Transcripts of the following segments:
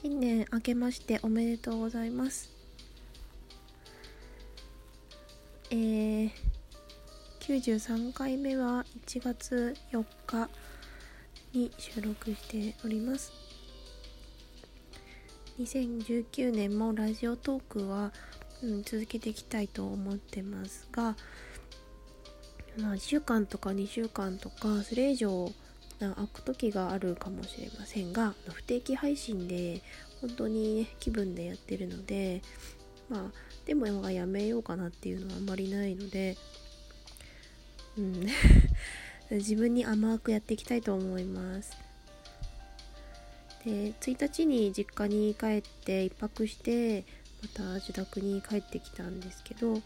新年明けましておめでとうございます。93回目は1月4日に収録しております。2019年もラジオトークは、続けていきたいと思ってますが、1週間とか2週間とかそれ以上空く時があるかもしれませんが、不定期配信で本当に、気分でやってるので、でもやめようかなっていうのはあんまりないので、自分に甘くやっていきたいと思います。で、1日に実家に帰って一泊してまた自宅に帰ってきたんですけど、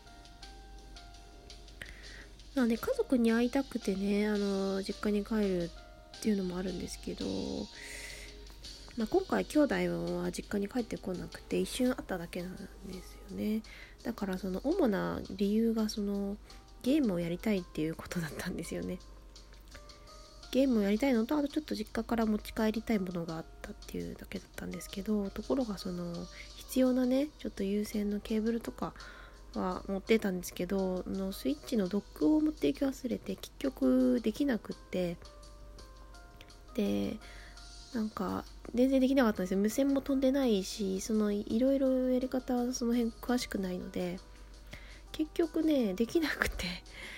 なので家族に会いたくてね、実家に帰るっていうのもあるんですけど、今回兄弟は実家に帰ってこなくて一瞬会っただけなんですよね。だからその主な理由がそのゲームをやりたいっていうことだったんですよね。ゲームをやりたいのと、あとちょっと実家から持ち帰りたいものがあったっていうだけだったんですけど、ところがその必要なね、ちょっと有線のケーブルとかは持ってたんですけど、スイッチのドックを持っていき忘れて結局できなくって、で全然できなかったんですよ。無線も飛んでないし、そのいろいろやり方はその辺詳しくないので、結局ねできなくて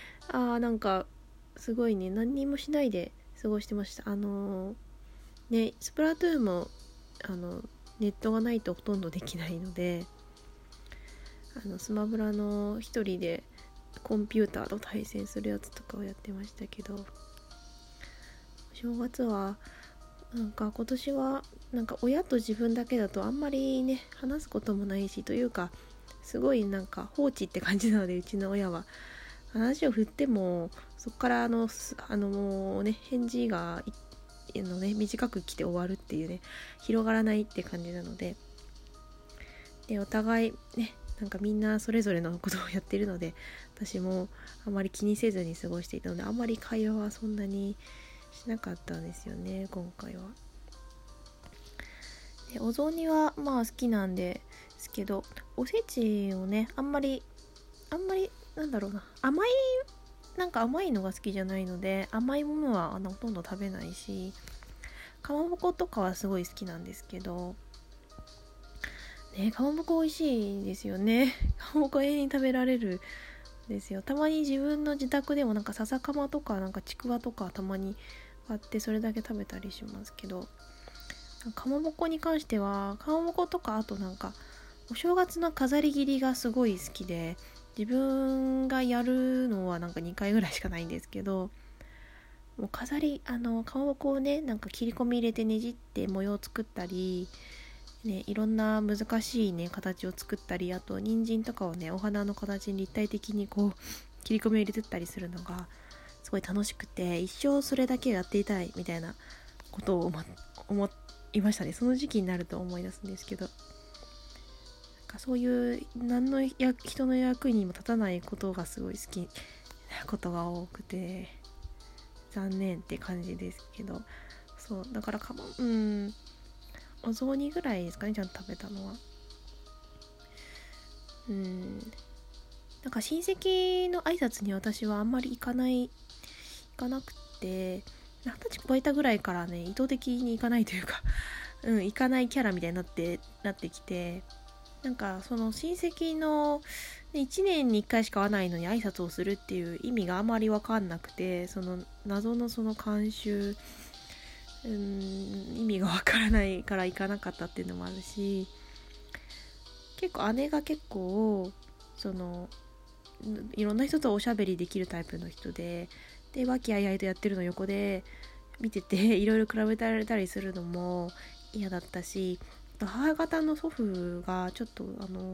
すごいね、何にもしないで過ごしてました。スプラトゥーンもネットがないとほとんどできないので、スマブラの一人でコンピューターと対戦するやつとかをやってましたけど、正月は今年は親と自分だけだとあんまりね話すこともないし、というかすごい放置って感じなので、うちの親は話を振ってもそこから返事が短く来て終わるっていうね、広がらないって感じなので、お互いねみんなそれぞれのことをやってるので、私もあまり気にせずに過ごしていたので、あんまり会話はそんなにしなかったんですよね、今回は。で、お雑煮は好きなんですけど、おせちをねあんまり甘いのが好きじゃないので、甘いものはほとんど食べないし、かまぼことかはすごい好きなんですけどね、かまぼこ美味しいですよね。かまぼこ永遠に食べられるんですよ。たまに自分の自宅でも笹かまとかちくわとかたまに買ってそれだけ食べたりしますけど、かまぼこに関してはかまぼことか、あとお正月の飾り切りがすごい好きで、自分がやるのは2回ぐらいしかないんですけど、もう飾りかまぼこをね切り込み入れてねじって模様を作ったりね、いろんな難しいね形を作ったり、あと人参とかをねお花の形に立体的に切り込みを入れてったりするのがすごい楽しくて、一生それだけをやっていたいみたいなことを思いましたね。その時期になると思い出すんですけど、そういう何の人の役にも立たないことがすごい好きなことが多くて残念って感じですけど、そうだからお雑煮ぐらいですかね、ちゃんと食べたのは。親戚の挨拶に私はあんまり行かなくて、20歳超えたぐらいからね意図的に行かないというか行かないキャラみたいになってきて、その親戚の1年に1回しか会わないのに挨拶をするっていう意味があまり分かんなくて、その謎のその慣習意味がわからないから行かなかったっていうのもあるし、姉が結構いろんな人とおしゃべりできるタイプの人で和気あいあいとやってるの横で見てていろいろ比べられたりするのも嫌だったし、母方の祖父がちょっと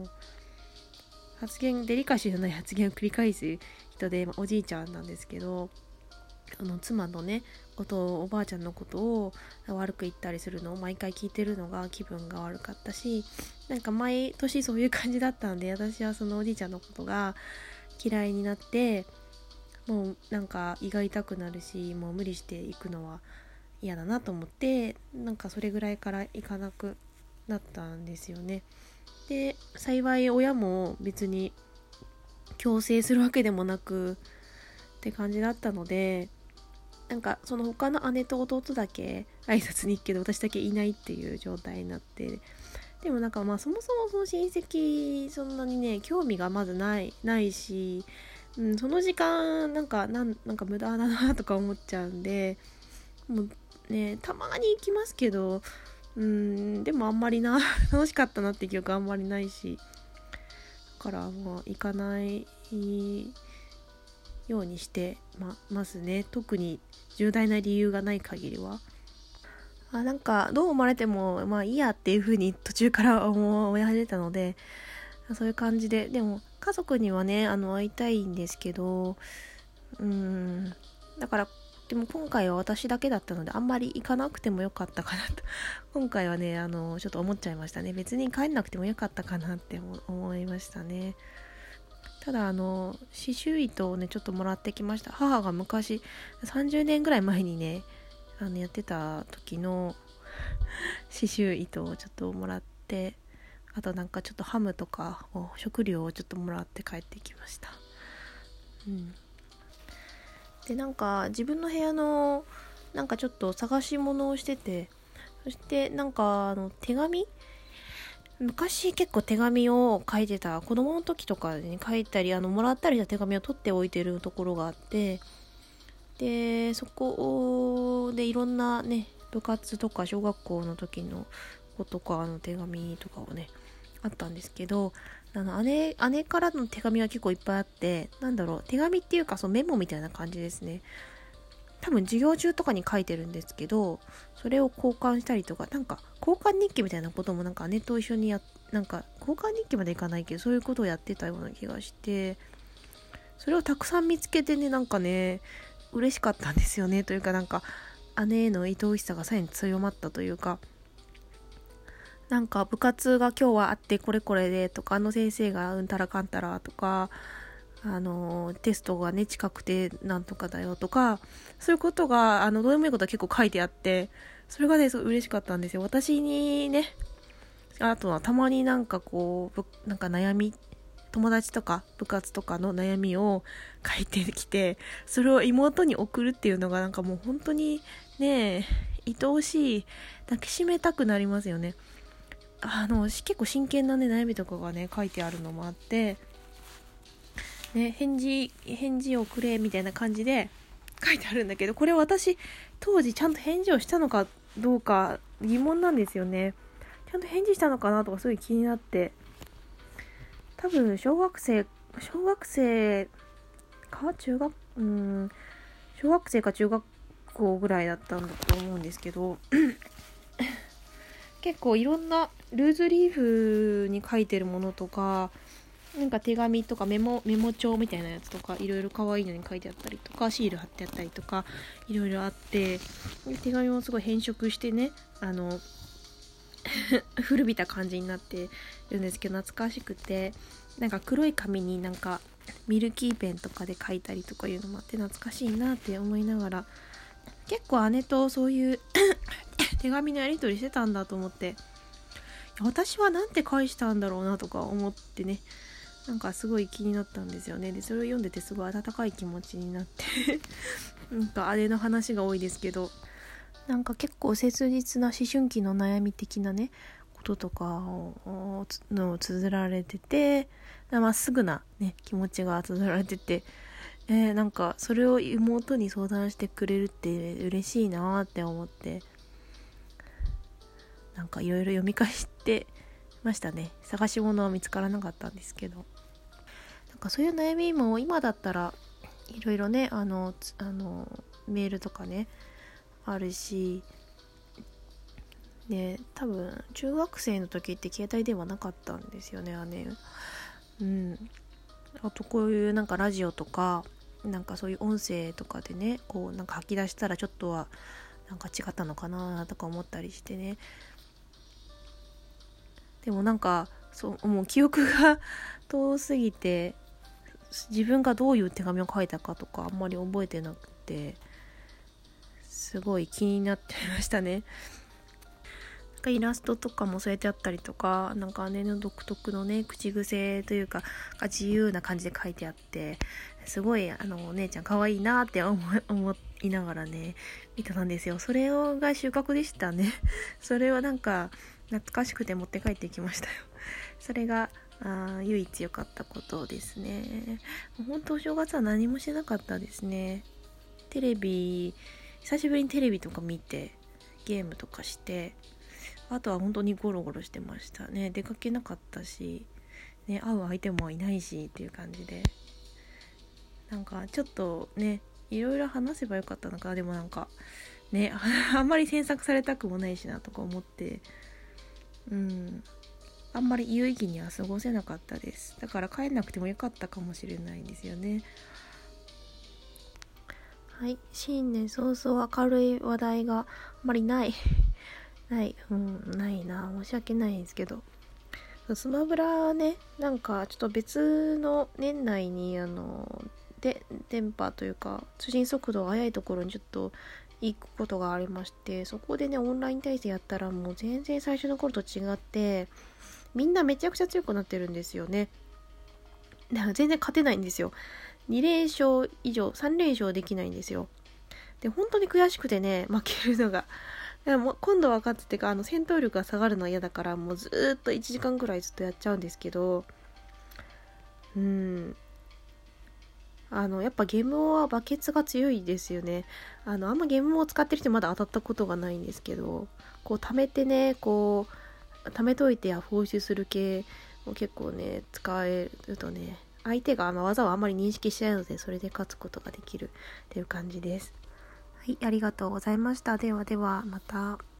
デリカシーのない発言を繰り返す人で、おじいちゃんなんですけど、妻のねおばあちゃんのことを悪く言ったりするのを毎回聞いてるのが気分が悪かったし、毎年そういう感じだったので、私はそのおじいちゃんのことが嫌いになって、もう胃が痛くなるし、もう無理して行くのは嫌だなと思って、それぐらいから行かなくだったんですよね。で幸い親も別に強制するわけでもなくって感じだったので、なんかその他の姉と弟だけ挨拶に行くけど私だけいないっていう状態になって、でもなんかそもそもその親戚そんなにね興味がまずないし、その時間なんか無駄だなとか思っちゃうんで、もうねたまに行きますけど、でもあんまりな楽しかったなって記憶あんまりないし、だからもう行かないようにして、まずね特に重大な理由がない限りはなんかどう思われてもいいやっていう風に途中から思い始めたので、そういう感じで、でも家族にはね会いたいんですけど、だからでも今回は私だけだったのであんまり行かなくてもよかったかなと今回はねちょっと思っちゃいましたね。別に帰んなくてもよかったかなって思いましたね。ただ刺繍糸をねちょっともらってきました。母が昔30年ぐらい前にねやってた時の刺繍糸をちょっともらって、あとなんかちょっとハムとか食料をちょっともらって帰ってきました。でなんか自分の部屋のなんかちょっと探し物をしてて、そしてなんか手紙、昔結構手紙を書いてた、子供の時とかに書いたりもらったりした手紙を取っておいてるところがあって、でそこでいろんなね部活とか小学校の時の子とか手紙とかをねあったんですけど、姉からの手紙は結構いっぱいあって、手紙っていうかメモみたいな感じですね。多分授業中とかに書いてるんですけど、それを交換したりとか、なんか交換日記みたいなこともなんか姉と一緒になんか交換日記までいかないけどそういうことをやってたような気がして、それをたくさん見つけてね、なんかね嬉しかったんですよね。というかなんか姉への愛おしさがさらに強まったというか、なんか部活が今日はあってこれこれでとか、先生がうんたらかんたらとか、テストがね近くてなんとかだよとか、そういうことがどうでもいいことは結構書いてあって、それがねすごい嬉しかったんですよ。私にね、あとはたまになんかなんか悩み、友達とか部活とかの悩みを書いてきて、それを妹に送るっていうのがなんかもう本当にね愛おしい、抱きしめたくなりますよね。結構真剣なね悩みとかがね書いてあるのもあって、ね、返事をくれみたいな感じで書いてあるんだけど、これ私当時ちゃんと返事をしたのかどうか疑問なんですよね。ちゃんと返事したのかなとかすごい気になって、多分小学生か小学生か中学校ぐらいだったんだと思うんですけど結構いろんなルーズリーフに書いてるものとか、なんか手紙とかメモ帳みたいなやつとかいろいろ可愛いのに書いてあったりとか、シール貼ってあったりとかいろいろあって、手紙もすごい変色してね古びた感じになってるんですけど、懐かしくて、なんか黒い紙になんかミルキーペンとかで書いたりとかいうのもあって懐かしいなって思いながら、結構姉とそういう手紙のやり取りしてたんだと思って、私はなんて返したんだろうなとか思ってね、なんかすごい気になったんですよね。でそれを読んでてすごい温かい気持ちになってなんか姉の話が多いですけど、なんか結構切実な思春期の悩み的なねこととかを綴られてて、まっすぐなね気持ちが綴られてて、なんかそれを妹に相談してくれるって嬉しいなって思って、なんかいろいろ読み返してましたね。探し物は見つからなかったんですけど、なんかそういう悩みも今だったらいろいろねメールとかねあるし、で多分中学生の時って携帯電話なかったんですよね、姉。あとこういうなんかラジオとかなんかそういう音声とかでねなんか吐き出したらちょっとはなんか違ったのかなとか思ったりしてね。でもなんかもう記憶が遠すぎて自分がどういう手紙を書いたかとかあんまり覚えてなくて、すごい気になってましたね。 イラストとかも添えてあったりとか、なんか姉の独特のね口癖というか自由な感じで書いてあって、すごいお姉ちゃん可愛いなって思いながらね見てたんですよ。それが収穫でしたね。それはなんか懐かしくて持って帰ってきましたよ。それが唯一良かったことですね。本当お正月は何もしなかったですね。久しぶりにテレビとか見てゲームとかして、あとは本当にゴロゴロしてましたね。出かけなかったし、ね、会う相手もいないしっていう感じで、なんかちょっとねいろいろ話せばよかったのか。でもなんかねあんまり詮索されたくもないしなとか思って、あんまり有意義には過ごせなかったです。だから帰んなくてもよかったかもしれないんですよね。はい、新年早々明るい話題があんまりないないな、申し訳ないんですけど、スマブラね、なんかちょっと別の年内に電波というか通信速度が速いところにちょっと行くことがありまして、そこでねオンライン対戦やったらもう全然最初の頃と違って、みんなめちゃくちゃ強くなってるんですよね。だから全然勝てないんですよ。2連勝以上3連勝できないんですよ。で本当に悔しくてね、負けるのが。でも今度は勝つっていうか、戦闘力が下がるのは嫌だから、もうずっと1時間ぐらいずっとやっちゃうんですけど、やっぱゲームはバケツが強いですよね。あんまゲームを使ってる人まだ当たったことがないんですけど、こう貯めてね、こう貯めといて報酬する系を結構ね使えるとね、相手が技をあんまり認識しないので、それで勝つことができるっていう感じです。はい、ありがとうございました。ではではまた。